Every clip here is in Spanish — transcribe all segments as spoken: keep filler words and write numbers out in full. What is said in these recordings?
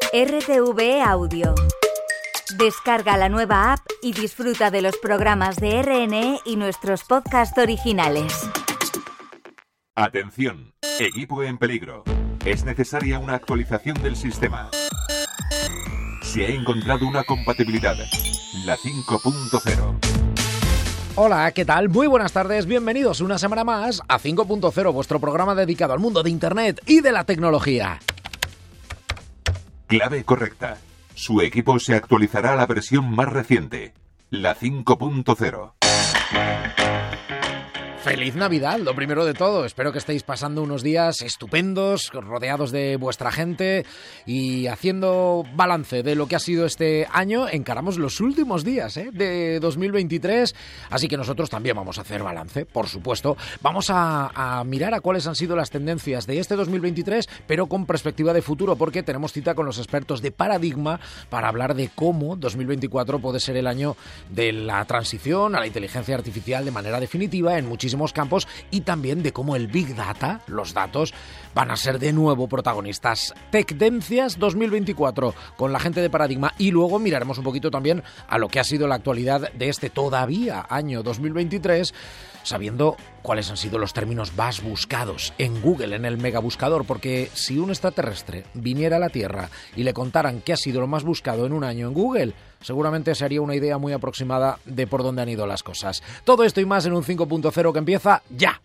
R T V E Audio. Descarga la nueva app y disfruta de los programas de R N E y nuestros podcasts originales. Atención, equipo en peligro. Es necesaria una actualización del sistema. Se ha encontrado una compatibilidad, la cinco punto cero. Hola, ¿qué tal? Muy buenas tardes, bienvenidos una semana más a cinco punto cero, vuestro programa dedicado al mundo de Internet y de la tecnología. Clave correcta. Su equipo se actualizará a la versión más reciente, la cinco punto cero. ¡Feliz Navidad! Lo primero de todo, espero que estéis pasando unos días estupendos, rodeados de vuestra gente y haciendo balance de lo que ha sido este año. Encaramos los últimos días ¿eh? de dos mil veintitrés, así que nosotros también vamos a hacer balance, por supuesto. Vamos a, a mirar a cuáles han sido las tendencias de este dos mil veintitrés, pero con perspectiva de futuro, porque tenemos cita con los expertos de Paradigma para hablar de cómo dos mil veinticuatro puede ser el año de la transición a la inteligencia artificial de manera definitiva en muchísimos campos, y también de cómo el Big Data, los datos, van a ser de nuevo protagonistas. Tendencias dos mil veinticuatro con la gente de Paradigma, y luego miraremos un poquito también a lo que ha sido la actualidad de este todavía año dos mil veintitrés, sabiendo cuáles han sido los términos más buscados en Google, en el megabuscador, porque si un extraterrestre viniera a la Tierra y le contaran qué ha sido lo más buscado en un año en Google, seguramente se haría una idea muy aproximada de por dónde han ido las cosas. Todo esto y más en un cinco punto cero que empieza ya.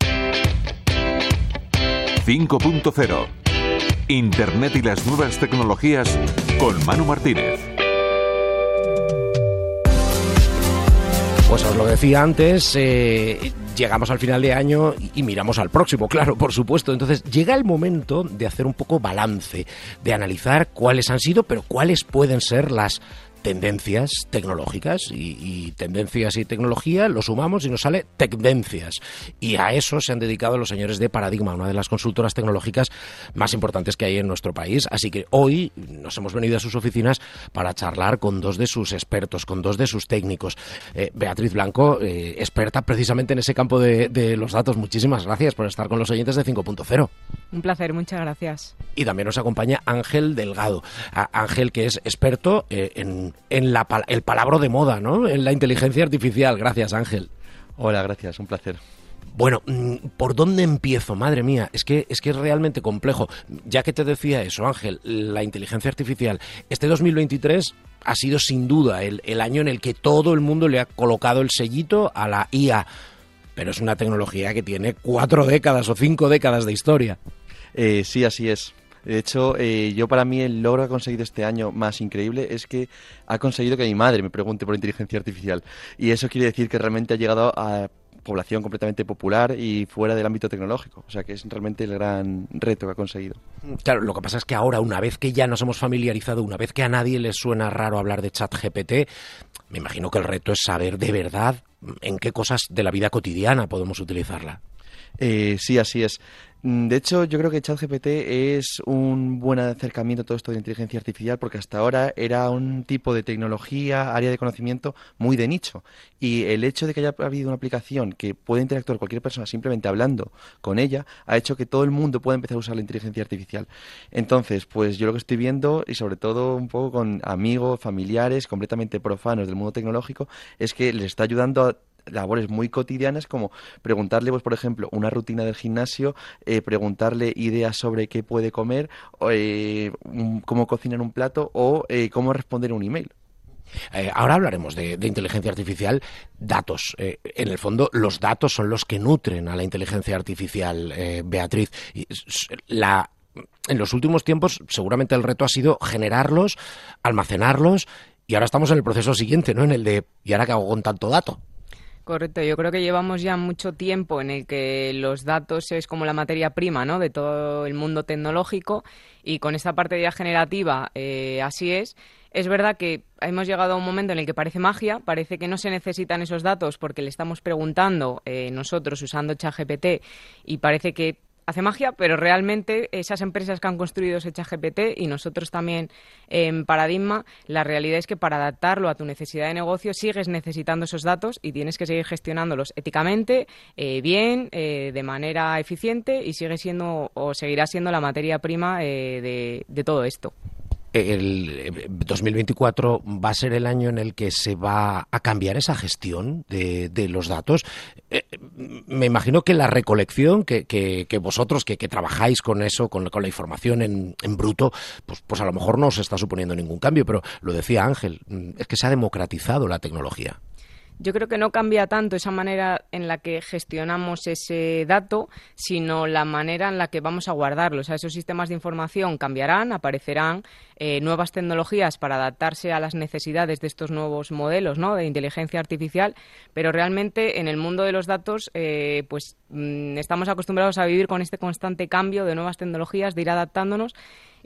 cinco punto cero. Internet y las nuevas tecnologías con Manu Martínez. Pues os lo decía antes, eh, llegamos al final de año y, y miramos al próximo, claro, por supuesto. Entonces llega el momento de hacer un poco balance, de analizar cuáles han sido, pero cuáles pueden ser las tendencias tecnológicas, y, y tendencias y tecnología lo sumamos y nos sale tendencias, y a eso se han dedicado los señores de Paradigma, una de las consultoras tecnológicas más importantes que hay en nuestro país. Así que hoy nos hemos venido a sus oficinas para charlar con dos de sus expertos, con dos de sus técnicos. eh, Beatriz Blanco, eh, experta precisamente en ese campo de, de los datos. Muchísimas gracias por estar con los oyentes de cinco punto cero. Un placer, muchas gracias. Y también nos acompaña Ángel Delgado. A Ángel, que es experto eh, en, en la, el palabra de moda, ¿no? En la inteligencia artificial. Gracias, Ángel. Hola, gracias, un placer. Bueno, ¿por dónde empiezo? Madre mía, es que, es que es realmente complejo. Ya que te decía eso, Ángel, la inteligencia artificial, este dos mil veintitrés ha sido sin duda el, el año en el que todo el mundo le ha colocado el sellito a la I A. Pero es una tecnología que tiene cuatro décadas o cinco décadas de historia. Eh, sí, así es. De hecho, eh, yo para mí el logro que ha conseguido este año más increíble es que ha conseguido que mi madre me pregunte por inteligencia artificial. Y eso quiere decir que realmente ha llegado a población completamente popular y fuera del ámbito tecnológico. O sea que es realmente el gran reto que ha conseguido. Claro, lo que pasa es que ahora, una vez que ya nos hemos familiarizado, una vez que a nadie le suena raro hablar de ChatGPT, me imagino que el reto es saber de verdad en qué cosas de la vida cotidiana podemos utilizarla. Eh, sí, así es. De hecho, yo creo que ChatGPT es un buen acercamiento a todo esto de inteligencia artificial, porque hasta ahora era un tipo de tecnología, área de conocimiento muy de nicho. Y el hecho de que haya habido una aplicación que puede interactuar cualquier persona simplemente hablando con ella, ha hecho que todo el mundo pueda empezar a usar la inteligencia artificial. Entonces, pues yo lo que estoy viendo, y sobre todo un poco con amigos, familiares, completamente profanos del mundo tecnológico, es que les está ayudando a labores muy cotidianas, como preguntarle, pues por ejemplo, una rutina del gimnasio, eh, preguntarle ideas sobre qué puede comer, eh, cómo cocinar un plato o eh, cómo responder un email. Eh, ahora hablaremos de, de inteligencia artificial. Datos. Eh, en el fondo, los datos son los que nutren a la inteligencia artificial, eh, Beatriz. La, en los últimos tiempos, seguramente el reto ha sido generarlos, almacenarlos, y ahora estamos en el proceso siguiente, ¿no? En el de, ¿y ahora qué hago con tanto dato? Correcto, yo creo que llevamos ya mucho tiempo en el que los datos es como la materia prima, ¿no?, de todo el mundo tecnológico, y con esta parte ya generativa eh, así es. Es verdad que hemos llegado a un momento en el que parece magia, parece que no se necesitan esos datos porque le estamos preguntando eh, nosotros usando ChatGPT, y parece que hace magia, pero realmente esas empresas que han construido ese ChatGPT y nosotros también en Paradigma, la realidad es que para adaptarlo a tu necesidad de negocio sigues necesitando esos datos y tienes que seguir gestionándolos éticamente, eh, bien, eh, de manera eficiente, y sigue siendo o seguirá siendo la materia prima eh, de, de todo esto. el dos mil veinticuatro va a ser el año en el que se va a cambiar esa gestión de, de los datos. Eh, me imagino que la recolección, que, que, que vosotros que, que trabajáis con eso, con, con la información en, en bruto, pues, pues a lo mejor no os está suponiendo ningún cambio, pero lo decía Ángel, es que se ha democratizado la tecnología. Yo creo que no cambia tanto esa manera en la que gestionamos ese dato, sino la manera en la que vamos a guardarlo. O sea, esos sistemas de información cambiarán, aparecerán eh, nuevas tecnologías para adaptarse a las necesidades de estos nuevos modelos, ¿no?, de inteligencia artificial, pero realmente en el mundo de los datos eh, pues mmm, estamos acostumbrados a vivir con este constante cambio de nuevas tecnologías, de ir adaptándonos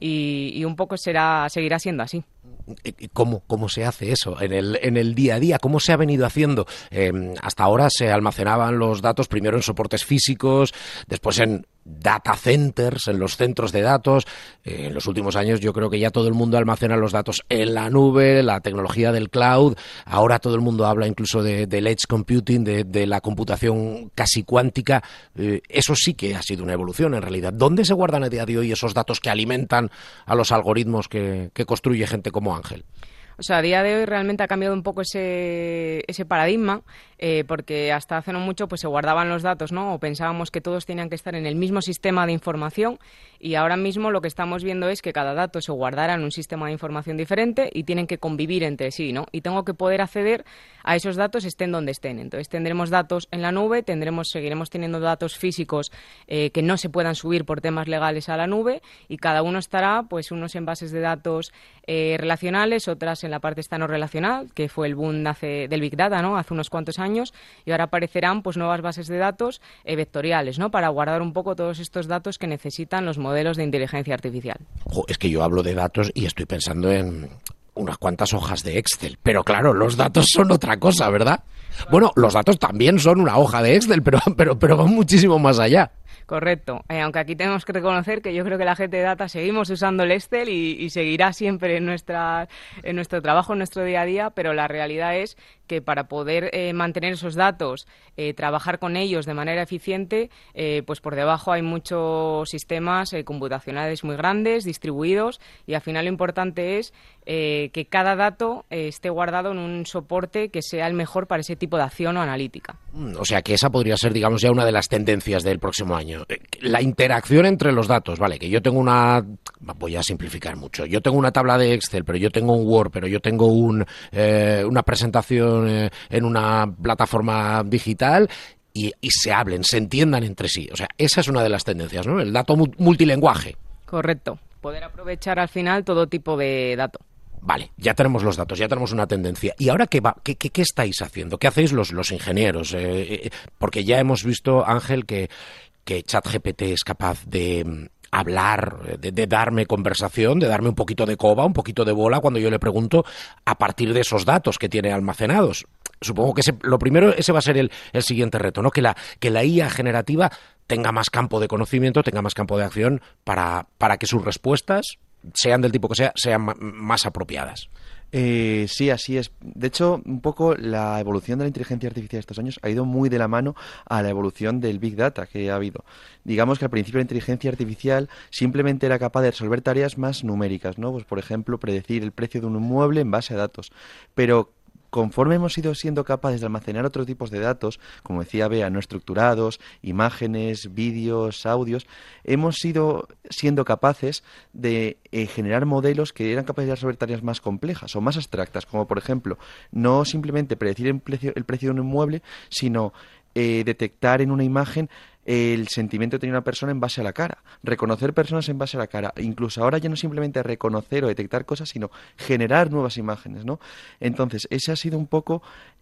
y, y un poco será seguirá siendo así. ¿Cómo, cómo se hace eso en el, en el día a día? ¿Cómo se ha venido haciendo? Eh, hasta ahora se almacenaban los datos primero en soportes físicos, después en data centers, en los centros de datos. Eh, en los últimos años yo creo que ya todo el mundo almacena los datos en la nube, la tecnología del cloud. Ahora todo el mundo habla incluso de, del edge computing, de, de la computación casi cuántica. Eh, eso sí que ha sido una evolución en realidad. ¿Dónde se guardan a día de hoy esos datos que alimentan a los algoritmos que, que construye gente como Ángel? O sea, a día de hoy realmente ha cambiado un poco ese, ese paradigma, eh, porque hasta hace no mucho pues se guardaban los datos, ¿no? O pensábamos que todos tenían que estar en el mismo sistema de información, y ahora mismo lo que estamos viendo es que cada dato se guardará en un sistema de información diferente y tienen que convivir entre sí, ¿no? Y tengo que poder acceder a esos datos estén donde estén. Entonces tendremos datos en la nube, tendremos, seguiremos teniendo datos físicos eh, que no se puedan subir por temas legales a la nube, y cada uno estará, pues unos en bases de datos eh, relacionales, otras en la parte esta no relacional, que fue el boom hace, del Big Data, ¿no?, hace unos cuantos años, y ahora aparecerán pues nuevas bases de datos eh, vectoriales, ¿no?, para guardar un poco todos estos datos que necesitan los modelos de inteligencia artificial. Jo, es que yo hablo de datos y estoy pensando en unas cuantas hojas de Excel, pero claro, los datos son otra cosa, ¿verdad? Bueno, los datos también son una hoja de Excel, pero, pero, pero van muchísimo más allá. Correcto, eh, aunque aquí tenemos que reconocer que yo creo que la gente de data seguimos usando el Excel y, y seguirá siempre en, nuestra, en nuestro trabajo, en nuestro día a día, pero la realidad es que para poder eh, mantener esos datos, eh, trabajar con ellos de manera eficiente, eh, pues por debajo hay muchos sistemas eh, computacionales muy grandes, distribuidos, y al final lo importante es eh, que cada dato eh, esté guardado en un soporte que sea el mejor para ese tipo de acción o analítica. O sea que esa podría ser, digamos, ya una de las tendencias del próximo año. La interacción entre los datos, vale, que yo tengo una... Voy a simplificar mucho. Yo tengo una tabla de Excel, pero yo tengo un Word, pero yo tengo un, eh, una presentación eh, en una plataforma digital y, y se hablen, se entiendan entre sí. O sea, esa es una de las tendencias, ¿no? El dato multilenguaje. Correcto. Poder aprovechar al final todo tipo de dato. Vale, ya tenemos los datos, ya tenemos una tendencia. ¿Y ahora qué va? ¿Qué, qué, qué estáis haciendo? ¿Qué hacéis los, los ingenieros? Eh, eh, porque ya hemos visto, Ángel, que, que ChatGPT es capaz de hablar, de, de darme conversación, de darme un poquito de coba, un poquito de bola cuando yo le pregunto a partir de esos datos que tiene almacenados. Supongo que ese, lo primero, ese va a ser el, el siguiente reto, ¿no? Que la, que la I A generativa tenga más campo de conocimiento, tenga más campo de acción para, para que sus respuestas, sean del tipo que sea, sean más apropiadas. Eh, sí, así es. De hecho, un poco la evolución de la inteligencia artificial estos años ha ido muy de la mano a la evolución del Big Data que ha habido. Digamos que al principio la inteligencia artificial simplemente era capaz de resolver tareas más numéricas, ¿no? Pues por ejemplo, predecir el precio de un inmueble en base a datos. Pero conforme hemos ido siendo capaces de almacenar otros tipos de datos, como decía Bea, no estructurados, imágenes, vídeos, audios, hemos ido siendo capaces de eh, generar modelos que eran capaces de resolver tareas más complejas o más abstractas, como por ejemplo, no simplemente predecir el precio, el precio de un inmueble, sino eh, detectar en una imagen el sentimiento que tiene una persona en base a la cara, reconocer personas en base a la cara, incluso ahora ya no simplemente reconocer o detectar cosas, sino generar nuevas imágenes, ¿no? Entonces, ese ha sido un poco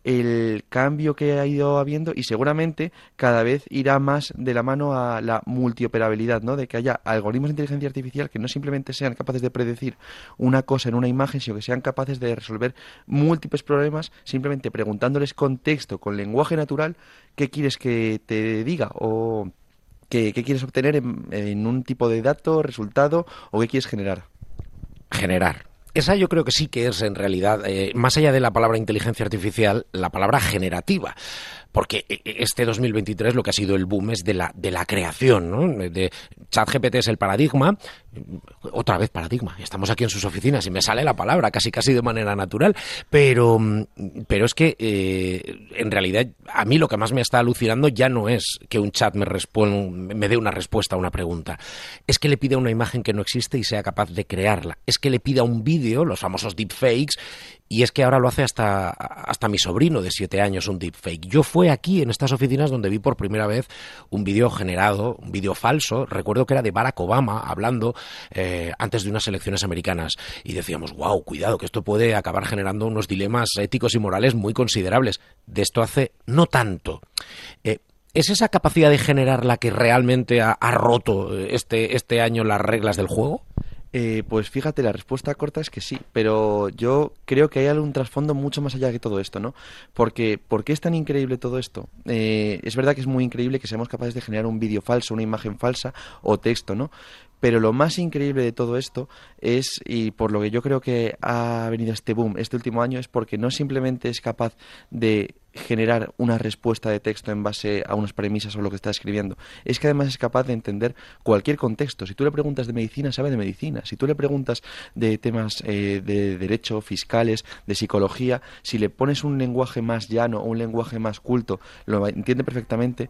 el cambio que ha ido habiendo y seguramente cada vez irá más de la mano a la multioperabilidad, ¿no? De que haya algoritmos de inteligencia artificial que no simplemente sean capaces de predecir una cosa en una imagen, sino que sean capaces de resolver múltiples problemas simplemente preguntándoles con texto, con lenguaje natural, qué quieres que te diga o ¿Qué, qué quieres obtener en, en un tipo de dato, resultado o qué quieres generar? Generar. Esa yo creo que sí que es en realidad, eh, más allá de la palabra inteligencia artificial, la palabra generativa. porque este dos mil veintitrés lo que ha sido el boom es de la, de la creación, ¿no? De ChatGPT es el paradigma, otra vez paradigma, estamos aquí en sus oficinas y me sale la palabra casi casi de manera natural, pero, pero es que eh, en realidad a mí lo que más me está alucinando ya no es que un chat me, responda, me dé una respuesta a una pregunta, es que le pida una imagen que no existe y sea capaz de crearla, es que le pida un vídeo, los famosos deepfakes, y es que ahora lo hace hasta, hasta mi sobrino de siete años, un deepfake. Yo fue aquí, en estas oficinas, donde vi por primera vez un vídeo generado, un vídeo falso. Recuerdo que era de Barack Obama hablando eh, antes de unas elecciones americanas. Y decíamos, wow, cuidado, que esto puede acabar generando unos dilemas éticos y morales muy considerables. De esto hace no tanto. Eh, ¿Es esa capacidad de generar la que realmente ha, ha roto este, este año las reglas del juego? Eh, pues fíjate, la respuesta corta es que sí, pero yo creo que hay algún trasfondo mucho más allá que todo esto, ¿no? Porque, ¿por qué es tan increíble todo esto? Eh, es verdad que es muy increíble que seamos capaces de generar un vídeo falso, una imagen falsa o texto, ¿no? Pero lo más increíble de todo esto es, y por lo que yo creo que ha venido este boom este último año, es porque no simplemente es capaz de generar una respuesta de texto en base a unas premisas o lo que está escribiendo, es que además es capaz de entender cualquier contexto. Si tú le preguntas de medicina, sabe de medicina. Si tú le preguntas de temas eh, de derecho, fiscales, de psicología, si le pones un lenguaje más llano o un lenguaje más culto, lo entiende perfectamente.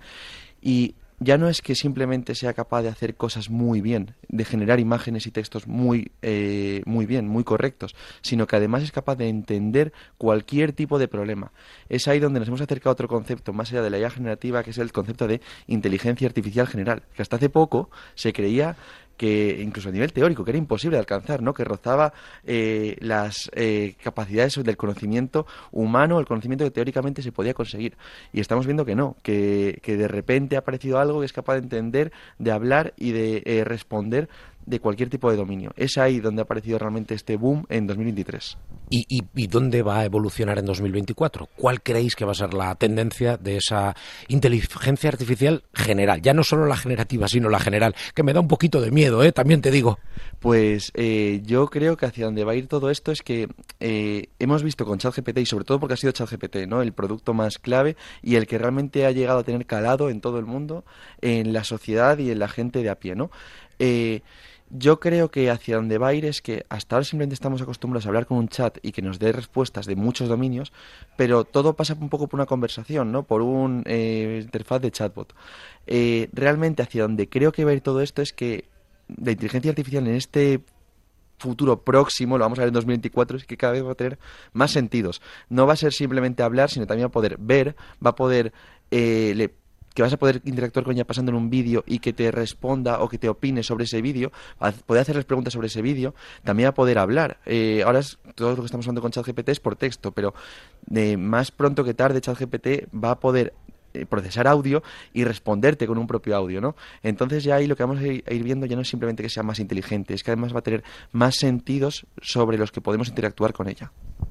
Y ya no es que simplemente sea capaz de hacer cosas muy bien, de generar imágenes y textos muy, eh, muy bien, muy correctos, sino que además es capaz de entender cualquier tipo de problema. Es ahí donde nos hemos acercado a otro concepto, más allá de la I A generativa, que es el concepto de inteligencia artificial general, que hasta hace poco se creía que incluso a nivel teórico, que era imposible de alcanzar, ¿no? Que rozaba eh, las eh, capacidades del conocimiento humano, el conocimiento que teóricamente se podía conseguir. Y estamos viendo que no, que, que de repente ha aparecido algo que es capaz de entender, de hablar y de eh, responder de cualquier tipo de dominio. Es ahí donde ha aparecido realmente este boom en dos mil veintitrés. ¿Y, y, y dónde va a evolucionar en dos mil veinticuatro? ¿Cuál creéis que va a ser la tendencia de esa inteligencia artificial general? Ya no solo la generativa, sino la general, que me da un poquito de miedo, ¿eh? También te digo. Pues eh, yo creo que hacia donde va a ir todo esto es que eh, hemos visto con ChatGPT, y sobre todo porque ha sido ChatGPT, ¿no? El producto más clave y el que realmente ha llegado a tener calado en todo el mundo, en la sociedad y en la gente de a pie, ¿no? Eh, Yo creo que hacia donde va a ir es que hasta ahora simplemente estamos acostumbrados a hablar con un chat y que nos dé respuestas de muchos dominios, pero todo pasa un poco por una conversación, ¿no? Por un eh, interfaz de chatbot. Eh, realmente hacia donde creo que va a ir todo esto es que la inteligencia artificial en este futuro próximo, lo vamos a ver en dos mil veinticuatro, es que cada vez va a tener más sentidos. No va a ser simplemente hablar, sino también va a poder ver, va a poder... Eh, le, que vas a poder interactuar con ella pasando en un vídeo y que te responda o que te opine sobre ese vídeo, a poder hacerles preguntas sobre ese vídeo, también a poder hablar. Eh, ahora es, todo lo que estamos hablando con ChatGPT es por texto, pero de más pronto que tarde ChatGPT va a poder eh, procesar audio y responderte con un propio audio, ¿no? Entonces ya ahí lo que vamos a ir, a ir viendo ya no es simplemente que sea más inteligente, es que además va a tener más sentidos sobre los que podemos interactuar con ella.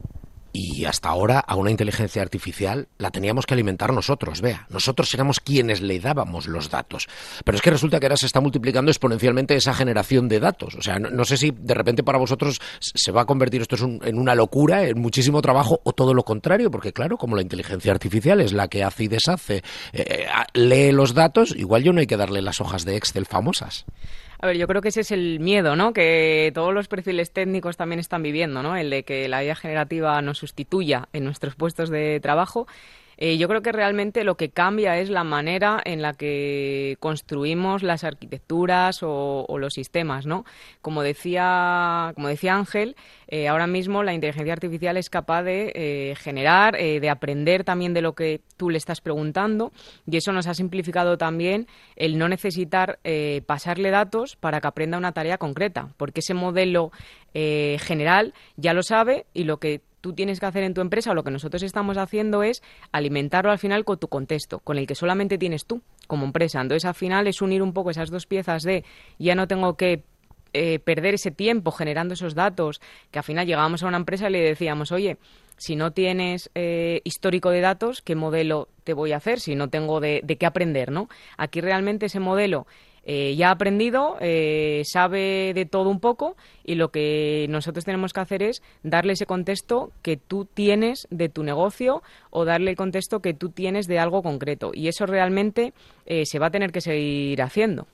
Y hasta ahora a una inteligencia artificial la teníamos que alimentar nosotros, vea. Nosotros éramos quienes le dábamos los datos. Pero es que resulta que ahora se está multiplicando exponencialmente esa generación de datos. O sea, no, no sé si de repente para vosotros se va a convertir esto en una locura, en muchísimo trabajo, o todo lo contrario. Porque claro, como la inteligencia artificial es la que hace y deshace, eh, lee los datos, igual yo no hay que darle las hojas de Excel famosas. A ver, yo creo que ese es el miedo, ¿no? Que todos los perfiles técnicos también están viviendo, ¿no? El de que la I A generativa nos sustituya en nuestros puestos de trabajo. Eh, yo creo que realmente lo que cambia es la manera en la que construimos las arquitecturas o, o los sistemas, ¿no? Como decía, como decía Ángel, eh, ahora mismo la inteligencia artificial es capaz de eh, generar, eh, de aprender también de lo que tú le estás preguntando, y eso nos ha simplificado también el no necesitar eh, pasarle datos para que aprenda una tarea concreta, porque ese modelo eh, general ya lo sabe, y lo que tú tienes que hacer en tu empresa, o lo que nosotros estamos haciendo, es alimentarlo al final con tu contexto, con el que solamente tienes tú como empresa. Entonces, al final es unir un poco esas dos piezas de ya no tengo que eh, perder ese tiempo generando esos datos, que al final llegábamos a una empresa y le decíamos, oye, si no tienes eh, histórico de datos, ¿qué modelo te voy a hacer si no tengo de, de qué aprender, ¿no? Aquí realmente ese modelo eh, ya ha aprendido, eh, sabe de todo un poco, y lo que nosotros tenemos que hacer es darle ese contexto que tú tienes de tu negocio o darle el contexto que tú tienes de algo concreto. Y eso realmente eh, se va a tener que seguir haciendo.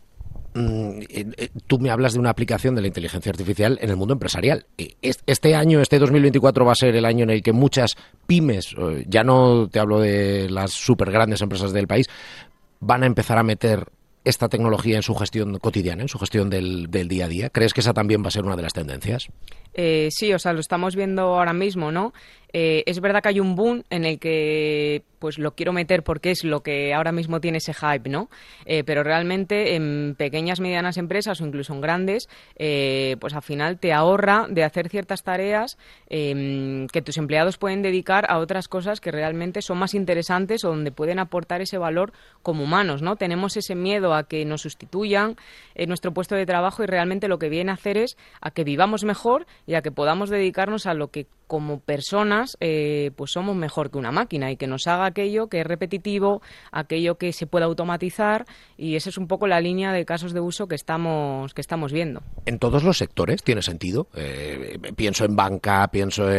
Tú me hablas de una aplicación de la inteligencia artificial en el mundo empresarial. Este año, este dos mil veinticuatro, va a ser el año en el que muchas pymes, ya no te hablo de las súper grandes empresas del país, van a empezar a meter esta tecnología en su gestión cotidiana, en su gestión del, del día a día. ¿Crees que esa también va a ser una de las tendencias? Eh, sí, o sea, lo estamos viendo ahora mismo, ¿no? Eh, es verdad que hay un boom en el que pues lo quiero meter porque es lo que ahora mismo tiene ese hype, ¿no? Eh, pero realmente en pequeñas, medianas empresas o incluso en grandes, eh, pues al final te ahorra de hacer ciertas tareas eh, que tus empleados pueden dedicar a otras cosas que realmente son más interesantes o donde pueden aportar ese valor como humanos, ¿no? Tenemos ese miedo a que nos sustituyan en nuestro puesto de trabajo y realmente lo que viene a hacer es a que vivamos mejor y a que podamos dedicarnos a lo que como personas eh, pues somos mejor que una máquina y que nos haga aquello que es repetitivo, aquello que se pueda automatizar, y esa es un poco la línea de casos de uso que estamos que estamos viendo. ¿En todos los sectores tiene sentido? Eh, pienso en banca, pienso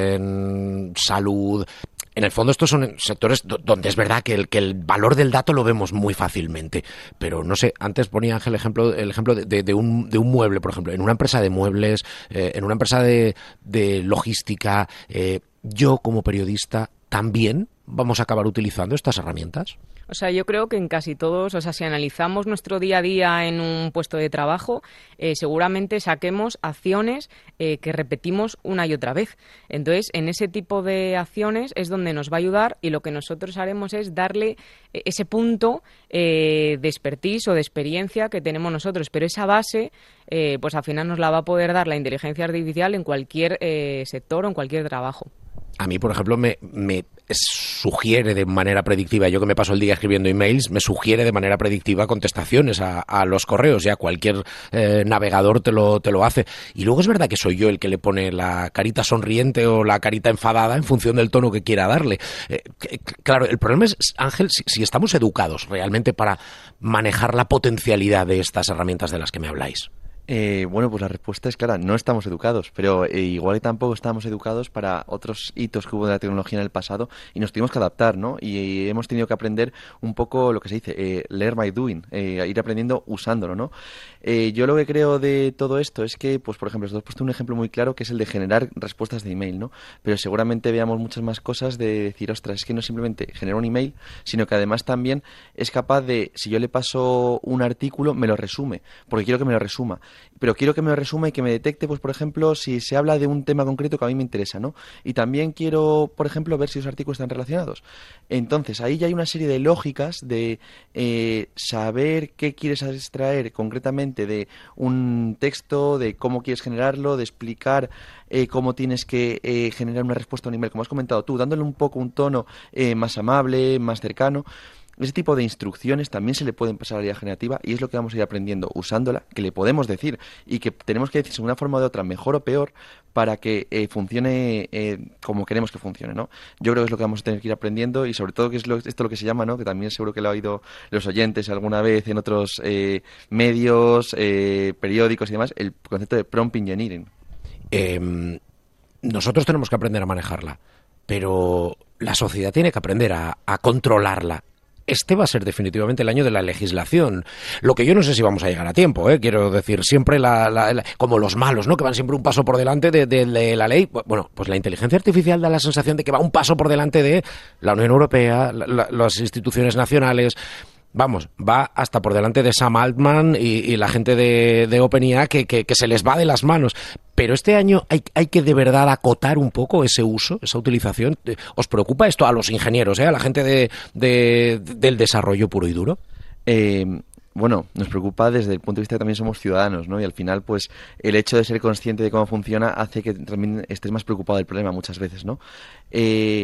en salud. En el fondo estos son sectores donde es verdad que el, que el valor del dato lo vemos muy fácilmente, pero no sé, antes ponía Ángel ejemplo, el ejemplo de, de, de, un, de un mueble, por ejemplo, en una empresa de muebles, eh, en una empresa de, de logística, eh, yo como periodista también vamos a acabar utilizando estas herramientas. O sea, yo creo que en casi todos, o sea, si analizamos nuestro día a día en un puesto de trabajo, eh, seguramente saquemos acciones eh, que repetimos una y otra vez. Entonces, en ese tipo de acciones es donde nos va a ayudar, y lo que nosotros haremos es darle ese punto eh, de expertise o de experiencia que tenemos nosotros. Pero esa base, eh, pues al final nos la va a poder dar la inteligencia artificial en cualquier eh, sector o en cualquier trabajo. A mí, por ejemplo, me, me sugiere de manera predictiva, yo que me paso el día escribiendo emails, me sugiere de manera predictiva contestaciones a, a los correos. Ya cualquier eh, navegador te lo, te lo hace. Y luego es verdad que soy yo el que le pone la carita sonriente o la carita enfadada en función del tono que quiera darle. Eh, claro, el problema es, Ángel, si, si estamos educados realmente para manejar la potencialidad de estas herramientas de las que me habláis. Eh, bueno, pues la respuesta es clara, no estamos educados, pero eh, igual que tampoco estamos educados para otros hitos que hubo de la tecnología en el pasado y nos tuvimos que adaptar, ¿no? Y, y hemos tenido que aprender un poco lo que se dice, eh, learn by doing, eh, ir aprendiendo usándolo, ¿no? Eh, yo lo que creo de todo esto es que, pues por ejemplo, os he puesto un ejemplo muy claro que es el de generar respuestas de email, ¿no? Pero seguramente veamos muchas más cosas de decir, ostras, es que no simplemente genera un email, sino que además también es capaz de, si yo le paso un artículo, me lo resume, porque quiero que me lo resuma. Pero quiero que me lo resuma y que me detecte, pues por ejemplo, si se habla de un tema concreto que a mí me interesa, ¿no? Y también quiero, por ejemplo, ver si los artículos están relacionados. Entonces, ahí ya hay una serie de lógicas de eh, saber qué quieres extraer concretamente de un texto, de cómo quieres generarlo, de explicar eh, cómo tienes que eh, generar una respuesta a un email, como has comentado tú, dándole un poco un tono eh, más amable, más cercano. Ese tipo de instrucciones también se le pueden pasar a la I A generativa y es lo que vamos a ir aprendiendo usándola, que le podemos decir y que tenemos que decir de una forma o de otra, mejor o peor, para que eh, funcione eh, como queremos que funcione, ¿no? Yo creo que es lo que vamos a tener que ir aprendiendo y sobre todo que es lo, esto lo que se llama, ¿no? Que también seguro que lo han oído los oyentes alguna vez en otros eh, medios, eh, periódicos y demás, el concepto de prompt engineering. Eh, nosotros tenemos que aprender a manejarla, pero la sociedad tiene que aprender a, a controlarla. Este va a ser definitivamente el año de la legislación. Lo que yo no sé si vamos a llegar a tiempo, ¿eh? Quiero decir, siempre la, la, la, como los malos, ¿no? Que van siempre un paso por delante de, de, de la ley. Bueno, pues la inteligencia artificial da la sensación de que va un paso por delante de la Unión Europea, la, la, las instituciones nacionales. Vamos, va hasta por delante de Sam Altman y, y la gente de, de OpenAI que, que, que se les va de las manos. Pero este año hay, hay que de verdad acotar un poco ese uso, esa utilización. ¿Os preocupa esto a los ingenieros, eh? A la gente de, de, del desarrollo puro y duro? Eh... Bueno, nos preocupa desde el punto de vista que también somos ciudadanos, ¿no? Y al final, pues, el hecho de ser consciente de cómo funciona hace que también estés más preocupado del problema muchas veces, ¿no? Eh,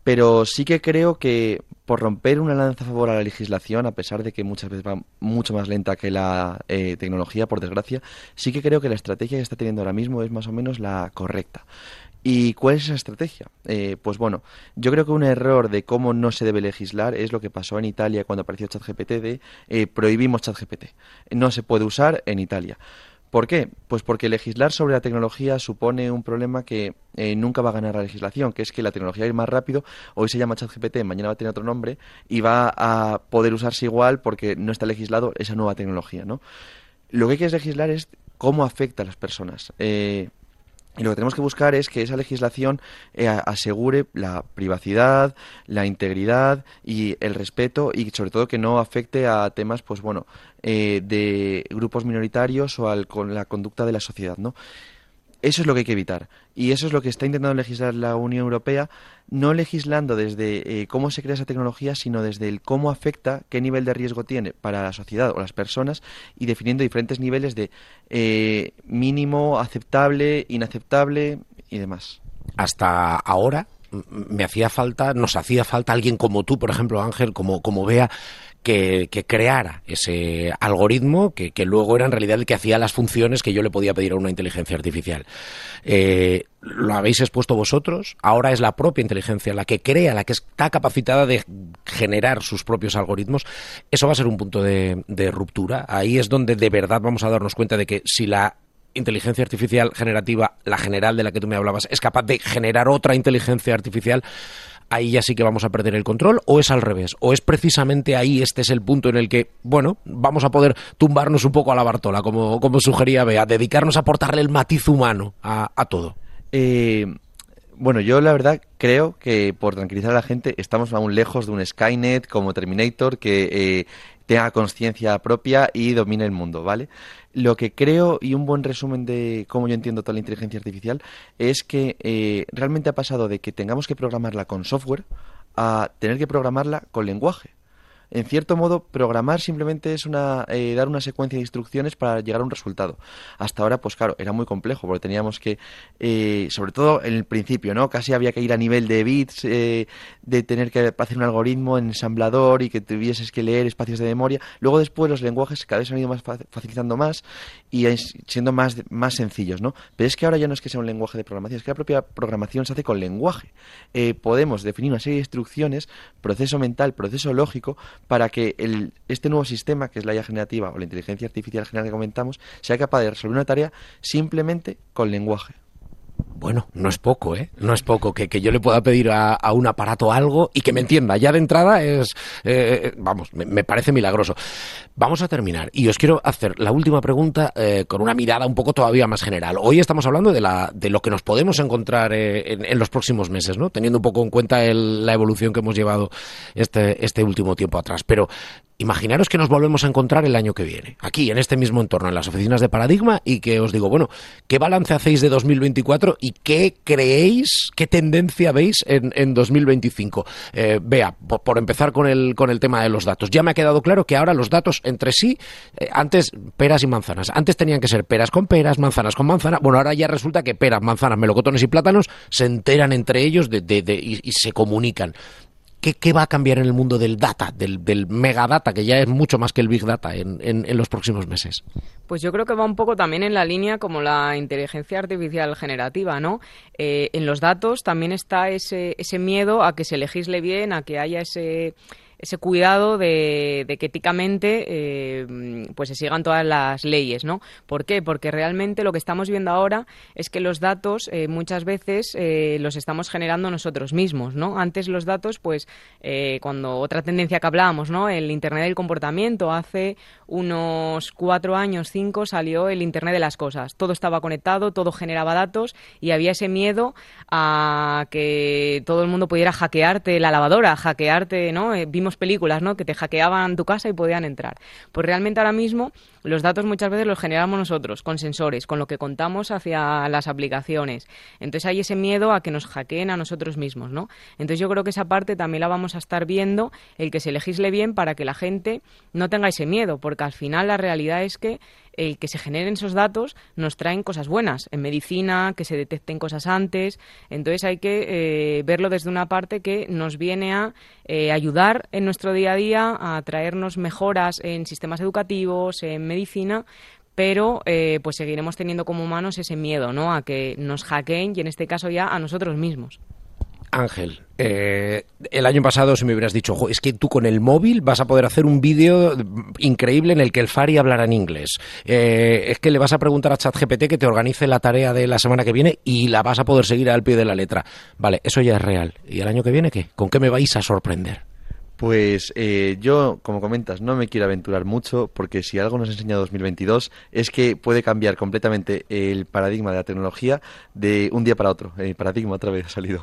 Pero sí que creo que por romper una lanza a favor a la legislación, a pesar de que muchas veces va mucho más lenta que la eh, tecnología, por desgracia, sí que creo que la estrategia que está teniendo ahora mismo es más o menos la correcta. ¿Y cuál es esa estrategia? Eh, pues bueno, yo creo que un error de cómo no se debe legislar es lo que pasó en Italia cuando apareció ChatGPT de eh, prohibimos ChatGPT. No se puede usar en Italia. ¿Por qué? Pues porque legislar sobre la tecnología supone un problema que eh, nunca va a ganar la legislación, que es que la tecnología va a ir más rápido. Hoy se llama ChatGPT, mañana va a tener otro nombre y va a poder usarse igual porque no está legislado esa nueva tecnología, ¿no? Lo que hay que legislar es cómo afecta a las personas. Eh, Y lo que tenemos que buscar es que esa legislación eh, asegure la privacidad, la integridad y el respeto y sobre todo que no afecte a temas, pues bueno, eh, de grupos minoritarios o al, con la conducta de la sociedad, ¿no? Eso es lo que hay que evitar. Y eso es lo que está intentando legislar la Unión Europea, no legislando desde eh, cómo se crea esa tecnología, sino desde el cómo afecta, qué nivel de riesgo tiene para la sociedad o las personas y definiendo diferentes niveles de eh, mínimo, aceptable, inaceptable y demás. Hasta ahora me hacía falta, nos hacía falta alguien como tú, por ejemplo, Ángel, como, como Bea, Que, que creara ese algoritmo que, que luego era en realidad el que hacía las funciones que yo le podía pedir a una inteligencia artificial. Eh, lo habéis expuesto vosotros, ahora es la propia inteligencia la que crea, la que está capacitada de generar sus propios algoritmos. Eso va a ser un punto de, de ruptura. Ahí es donde de verdad vamos a darnos cuenta de que si la inteligencia artificial generativa, la general de la que tú me hablabas, es capaz de generar otra inteligencia artificial, ahí ya sí que vamos a perder el control, o es al revés, o es precisamente ahí, este es el punto en el que, bueno, vamos a poder tumbarnos un poco a la Bartola, como, como sugería Bea, dedicarnos a aportarle el matiz humano a, a todo. Eh, bueno, yo la verdad creo que, por tranquilizar a la gente, estamos aún lejos de un Skynet como Terminator que eh, tenga conciencia propia y domine el mundo, ¿vale? Lo que creo, y un buen resumen de cómo yo entiendo toda la inteligencia artificial, es que eh, realmente ha pasado de que tengamos que programarla con software a tener que programarla con lenguaje. En cierto modo, programar simplemente es una eh, dar una secuencia de instrucciones para llegar a un resultado. Hasta ahora, pues claro, era muy complejo, porque teníamos que, eh, sobre todo en el principio, ¿no? Casi había que ir a nivel de bits, eh, de tener que hacer un algoritmo en ensamblador y que tuvieses que leer espacios de memoria. Luego después los lenguajes cada vez han ido más facilitando más y siendo más, más sencillos, ¿no? Pero es que ahora ya no es que sea un lenguaje de programación, es que la propia programación se hace con lenguaje. Eh, podemos definir una serie de instrucciones, proceso mental, proceso lógico, para que el, este nuevo sistema, que es la I A generativa o la inteligencia artificial general que comentamos, sea capaz de resolver una tarea simplemente con lenguaje. Bueno, no es poco, ¿eh? No es poco que, que yo le pueda pedir a, a un aparato algo y que me entienda. Ya de entrada es, eh, vamos, me, me parece milagroso. Vamos a terminar y os quiero hacer la última pregunta eh, con una mirada un poco todavía más general. Hoy estamos hablando de, la, de lo que nos podemos encontrar eh, en, en los próximos meses, ¿no? Teniendo un poco en cuenta el, la evolución que hemos llevado este, este último tiempo atrás. Pero imaginaros que nos volvemos a encontrar el año que viene, aquí, en este mismo entorno, en las oficinas de Paradigma, y que os digo, bueno, ¿qué balance hacéis de dos mil veinticuatro y qué creéis, qué tendencia veis en, en dos mil veinticinco? Eh, Bea, por, por empezar con el, con el tema de los datos. Ya me ha quedado claro que ahora los datos entre sí, eh, antes peras y manzanas, antes tenían que ser peras con peras, manzanas con manzanas, bueno, ahora ya resulta que peras, manzanas, melocotones y plátanos se enteran entre ellos de, de, de, y, y se comunican. ¿Qué, ¿Qué va a cambiar en el mundo del data, del, del megadata, que ya es mucho más que el big data en, en, en los próximos meses? Pues yo creo que va un poco también en la línea como la inteligencia artificial generativa, ¿no? Eh, en los datos también está ese, ese miedo a que se legisle bien, a que haya ese... ese cuidado de, de que éticamente eh, pues se sigan todas las leyes, ¿no? ¿Por qué? Porque realmente lo que estamos viendo ahora es que los datos eh, muchas veces eh, los estamos generando nosotros mismos, ¿no? Antes los datos, pues eh, cuando otra tendencia que hablábamos, ¿no? El Internet del comportamiento, hace unos cuatro años, cinco, salió el Internet de las cosas. Todo estaba conectado, todo generaba datos y había ese miedo a que todo el mundo pudiera hackearte la lavadora, hackearte, ¿no? Eh, vimos películas, ¿no? Que te hackeaban tu casa y podían entrar. Pues realmente ahora mismo los datos muchas veces los generamos nosotros, con sensores, con lo que contamos hacia las aplicaciones. Entonces hay ese miedo a que nos hackeen a nosotros mismos, ¿no? Entonces yo creo que esa parte también la vamos a estar viendo, el que se legisle bien para que la gente no tenga ese miedo, porque al final la realidad es que el que se generen esos datos nos traen cosas buenas, en medicina, que se detecten cosas antes. Entonces hay que eh, verlo desde una parte que nos viene a eh, ayudar en nuestro día a día, a traernos mejoras en sistemas educativos, en medicina, pero eh, pues seguiremos teniendo como humanos ese miedo, ¿no?, a que nos hackeen, y en este caso ya a nosotros mismos. Ángel, eh, el año pasado si me hubieras dicho, es que tú con el móvil vas a poder hacer un vídeo increíble en el que el Fari hablará en inglés. Eh, es que le vas a preguntar a ChatGPT que te organice la tarea de la semana que viene y la vas a poder seguir al pie de la letra. Vale, eso ya es real. ¿Y el año que viene qué? ¿Con qué me vais a sorprender? Pues eh, yo, como comentas, no me quiero aventurar mucho, porque si algo nos ha enseñado dos mil veintidós es que puede cambiar completamente el paradigma de la tecnología de un día para otro. El paradigma otra vez ha salido.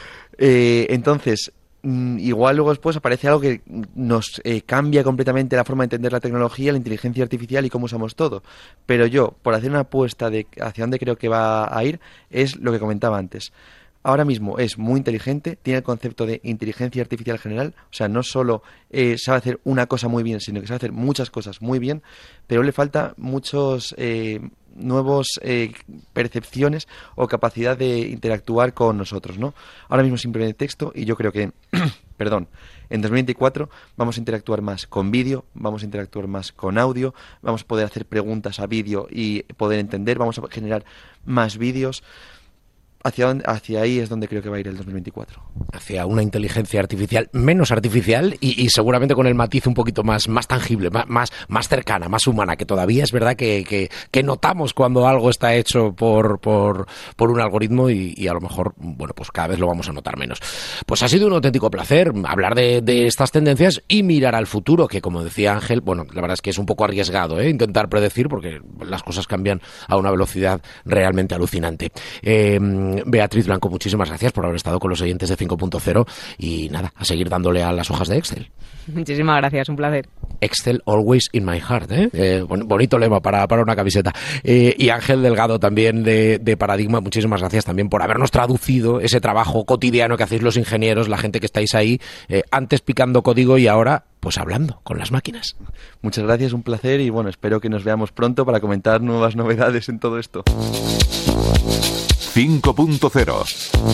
Eh, entonces, igual luego después aparece algo que nos eh, cambia completamente la forma de entender la tecnología, la inteligencia artificial y cómo usamos todo. Pero yo, por hacer una apuesta de hacia dónde creo que va a ir, es lo que comentaba antes. Ahora mismo es muy inteligente, tiene el concepto de inteligencia artificial general, o sea, no solo eh, sabe hacer una cosa muy bien, sino que sabe hacer muchas cosas muy bien, pero le falta muchos eh, nuevos eh, percepciones o capacidad de interactuar con nosotros, ¿no? Ahora mismo es simplemente texto y yo creo que, perdón, en dos mil veinticuatro vamos a interactuar más con vídeo, vamos a interactuar más con audio, vamos a poder hacer preguntas a vídeo y poder entender, vamos a generar más vídeos. Hacia, donde, hacia ahí es donde creo que va a ir el dos mil veinticuatro. Hacia una inteligencia artificial menos artificial y, y seguramente con el matiz un poquito más, más tangible, más, más, más cercana, más humana, que todavía es verdad que, que, que notamos cuando algo está hecho por, por, por un algoritmo y, y a lo mejor, bueno, pues cada vez lo vamos a notar menos. Pues ha sido un auténtico placer hablar de, de estas tendencias y mirar al futuro, que como decía Ángel, bueno, la verdad es que es un poco arriesgado, ¿eh?, intentar predecir porque las cosas cambian a una velocidad realmente alucinante. Eh, Beatriz Blanco, muchísimas gracias por haber estado con los oyentes de cinco punto cero y nada, a seguir dándole a las hojas de Excel. Muchísimas gracias, un placer. Excel always in my heart, ¿eh? eh bonito lema para, para una camiseta. Eh, y Ángel Delgado también de, de Paradigma, muchísimas gracias también por habernos traducido ese trabajo cotidiano que hacéis los ingenieros, la gente que estáis ahí, eh, antes picando código y ahora pues hablando con las máquinas. Muchas gracias, un placer y bueno, espero que nos veamos pronto para comentar nuevas novedades en todo esto. cinco punto cero.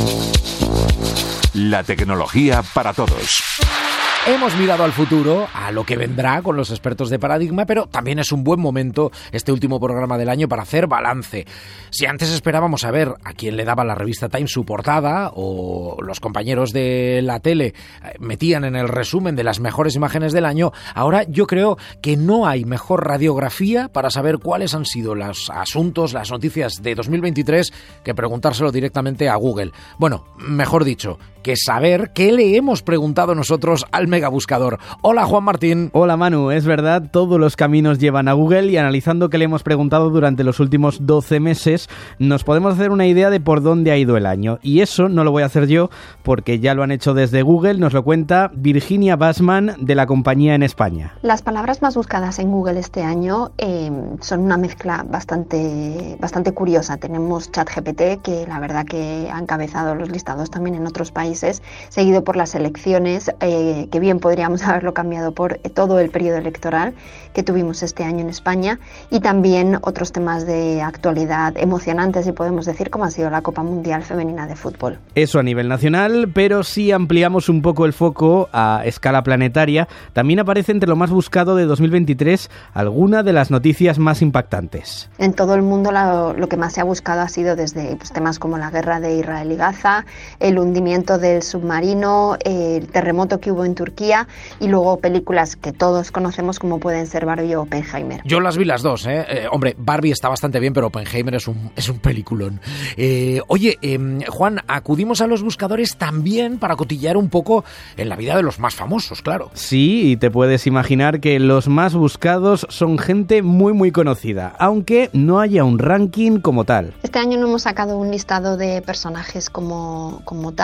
La tecnología para todos. Hemos mirado al futuro, a lo que vendrá con los expertos de Paradigma, pero también es un buen momento este último programa del año para hacer balance. Si antes esperábamos a ver a quién le daba la revista Time su portada o los compañeros de la tele metían en el resumen de las mejores imágenes del año, ahora yo creo que no hay mejor radiografía para saber cuáles han sido los asuntos, las noticias de dos mil veintitrés que preguntárselo directamente a Google. Bueno, mejor dicho, que saber qué le hemos preguntado nosotros al megabuscador. Hola, Juan Martín. Hola, Manu. Es verdad, todos los caminos llevan a Google y analizando qué le hemos preguntado durante los últimos doce meses, nos podemos hacer una idea de por dónde ha ido el año. Y eso no lo voy a hacer yo, porque ya lo han hecho desde Google, nos lo cuenta Virginia Bassman de la compañía en España. Las palabras más buscadas en Google este año eh, son una mezcla bastante, bastante curiosa. Tenemos ChatGPT, que la verdad que ha encabezado los listados también en otros países, seguido por las elecciones, eh, que bien podríamos haberlo cambiado por todo el periodo electoral que tuvimos este año en España, y también otros temas de actualidad emocionantes, si podemos decir, como ha sido la Copa Mundial Femenina de Fútbol. Eso a nivel nacional, pero si ampliamos un poco el foco a escala planetaria, también aparece entre lo más buscado de dos mil veintitrés alguna de las noticias más impactantes. En todo el mundo lo, lo que más se ha buscado ha sido desde pues, temas como la guerra de Israel y Gaza, el hundimiento del submarino, el terremoto que hubo en Turquía y luego películas que todos conocemos como pueden ser Barbie o Oppenheimer. Yo las vi las dos, ¿eh? eh hombre, Barbie está bastante bien, pero Oppenheimer es un, es un peliculón. Eh, oye, eh, Juan, acudimos a los buscadores también para cotillear un poco en la vida de los más famosos, claro. Sí, y te puedes imaginar que los más buscados son gente muy muy conocida, aunque no haya un ranking como tal. Este año no hemos sacado un listado de personajes como, como tal,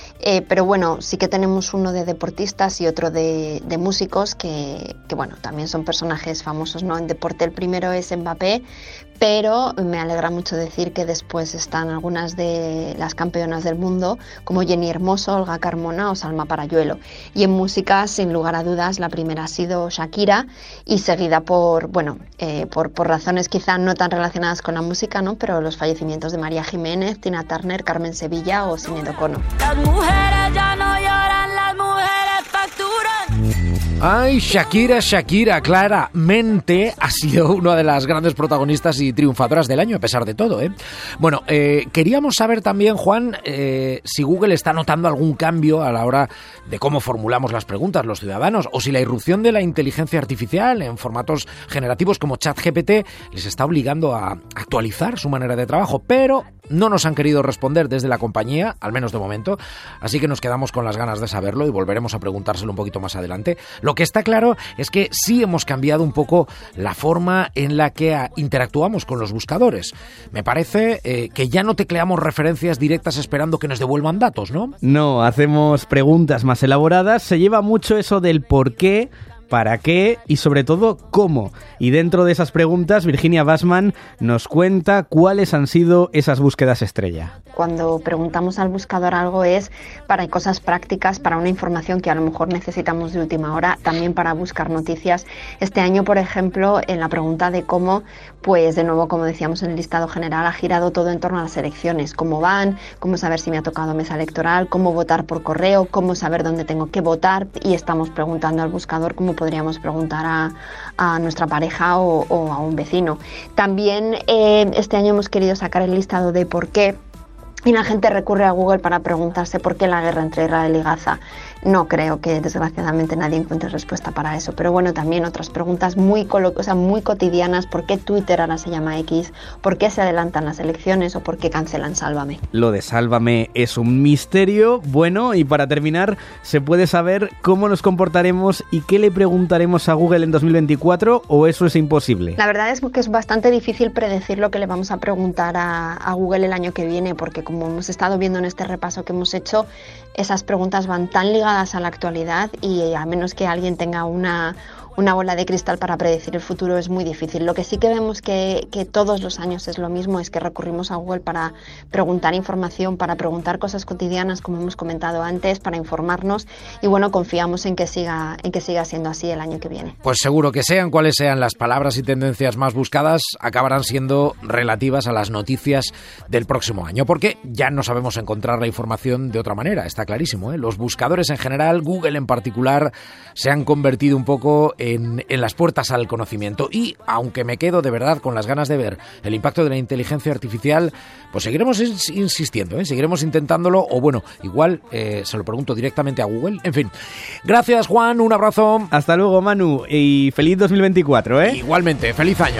Eh, pero bueno, sí que tenemos uno de deportistas y otro de, de músicos que, que, bueno, también son personajes famosos, ¿no? En deporte el primero es Mbappé, pero me alegra mucho decir que después están algunas de las campeonas del mundo, como Jenny Hermoso, Olga Carmona o Salma Parayuelo. Y en música, sin lugar a dudas, la primera ha sido Shakira y seguida por, bueno, eh, por, por razones quizá no tan relacionadas con la música, ¿no? Pero los fallecimientos de María Jiménez, Tina Turner, Carmen Sevilla o Sinéad O'Connor. Las mujeres ya no lloran, las mujeres facturan. Ay, Shakira, Shakira, claramente ha sido una de las grandes protagonistas y triunfadoras del año, a pesar de todo, ¿eh? Bueno, eh, queríamos saber también, Juan, eh, si Google está notando algún cambio a la hora de cómo formulamos las preguntas los ciudadanos, o si la irrupción de la inteligencia artificial en formatos generativos como ChatGPT les está obligando a actualizar su manera de trabajo, pero no nos han querido responder desde la compañía, al menos de momento, así que nos quedamos con las ganas de saberlo y volveremos a preguntárselo un poquito más adelante. Lo que está claro es que sí hemos cambiado un poco la forma en la que interactuamos con los buscadores. Me parece eh, que ya no tecleamos referencias directas esperando que nos devuelvan datos, ¿no? No, hacemos preguntas más elaboradas, se lleva mucho eso del por qué, para qué y sobre todo cómo. Y dentro de esas preguntas, Virginia Bassman nos cuenta cuáles han sido esas búsquedas estrella. Cuando preguntamos al buscador algo es para cosas prácticas, para una información que a lo mejor necesitamos de última hora, también para buscar noticias. Este año, por ejemplo, en la pregunta de cómo, pues de nuevo, como decíamos en el listado general, ha girado todo en torno a las elecciones. Cómo van, cómo saber si me ha tocado mesa electoral, cómo votar por correo, cómo saber dónde tengo que votar, y estamos preguntando al buscador cómo podríamos preguntar a, a nuestra pareja o, o a un vecino. También eh, este año hemos querido sacar el listado de por qué, y la gente recurre a Google para preguntarse por qué la guerra entre Israel y Gaza. No creo que desgraciadamente nadie encuentre respuesta para eso, pero bueno, también otras preguntas muy, colo- o sea, muy cotidianas: ¿por qué Twitter ahora se llama X? ¿Por qué se adelantan las elecciones? ¿O por qué cancelan Sálvame? Lo de Sálvame es un misterio. Bueno, y para terminar, ¿se puede saber cómo nos comportaremos y qué le preguntaremos a Google en dos mil veinticuatro, o eso es imposible? La verdad es que es bastante difícil predecir lo que le vamos a preguntar a, a Google el año que viene, porque como hemos estado viendo en este repaso que hemos hecho, esas preguntas van tan ligadas a la actualidad, y a menos que alguien tenga una, una bola de cristal para predecir el futuro, es muy difícil. Lo que sí que vemos que, que todos los años es lo mismo, es que recurrimos a Google para preguntar información, para preguntar cosas cotidianas, como hemos comentado antes, para informarnos, y bueno, confiamos en que siga, en que siga siendo así el año que viene. Pues seguro que sean cuales sean las palabras y tendencias más buscadas, acabarán siendo relativas a las noticias del próximo año, porque ya no sabemos encontrar la información de otra manera, está clarísimo, ¿eh? Los buscadores en general, Google en particular, se han convertido un poco en, en las puertas al conocimiento, y aunque me quedo de verdad con las ganas de ver el impacto de la inteligencia artificial, pues seguiremos insistiendo, ¿eh? Seguiremos intentándolo, o bueno, igual eh, se lo pregunto directamente a Google. En fin, gracias Juan, un abrazo. Hasta luego Manu, y feliz dos mil veinticuatro, ¿eh? Igualmente, feliz año.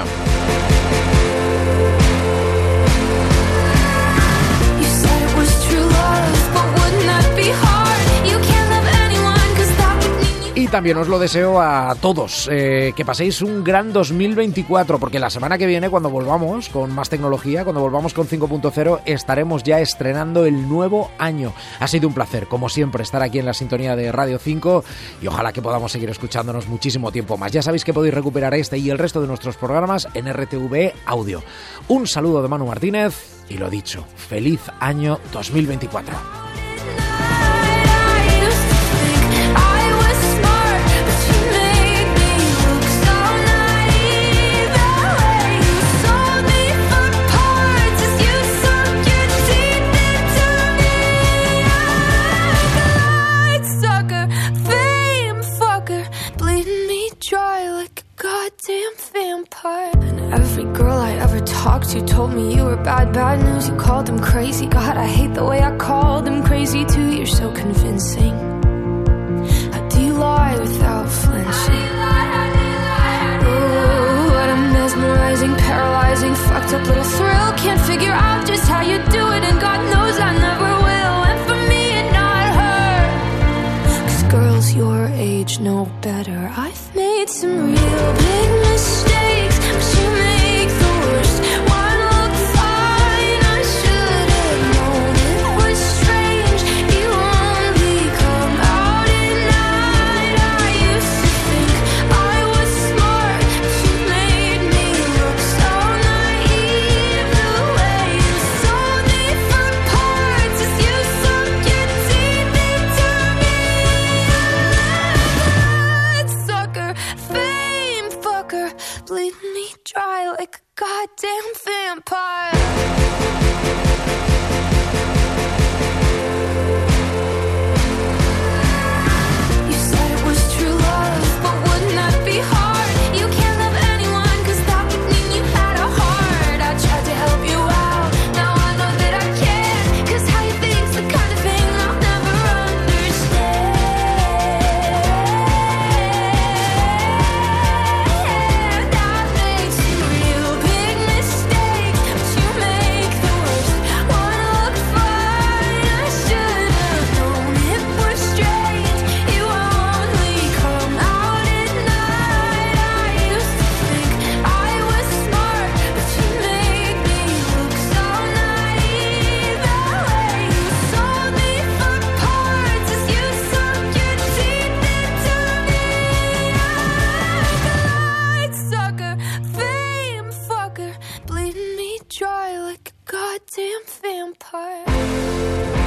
Y también os lo deseo a todos, eh, que paséis un gran dos mil veinticuatro, porque la semana que viene, cuando volvamos con más tecnología, cuando volvamos con cinco punto cero, estaremos ya estrenando el nuevo año. Ha sido un placer, como siempre, estar aquí en la sintonía de Radio cinco, y ojalá que podamos seguir escuchándonos muchísimo tiempo más. Ya sabéis que podéis recuperar este y el resto de nuestros programas en R T V Audio. Un saludo de Manu Martínez, y lo dicho, feliz año dos mil veinticuatro. You told me you were bad, bad news. You called them crazy. God, I hate the way I called them crazy too. You're so convincing. How do you lie without flinching? Ooh, what a mesmerizing, paralyzing, fucked up little thrill. Can't figure out just how you do it, and God knows I never will. And for me and not her, 'cause girls your age know better. I've made some real big mistakes, but you make the worst. One look fine, I should have known it was strange. You like a goddamn vampire.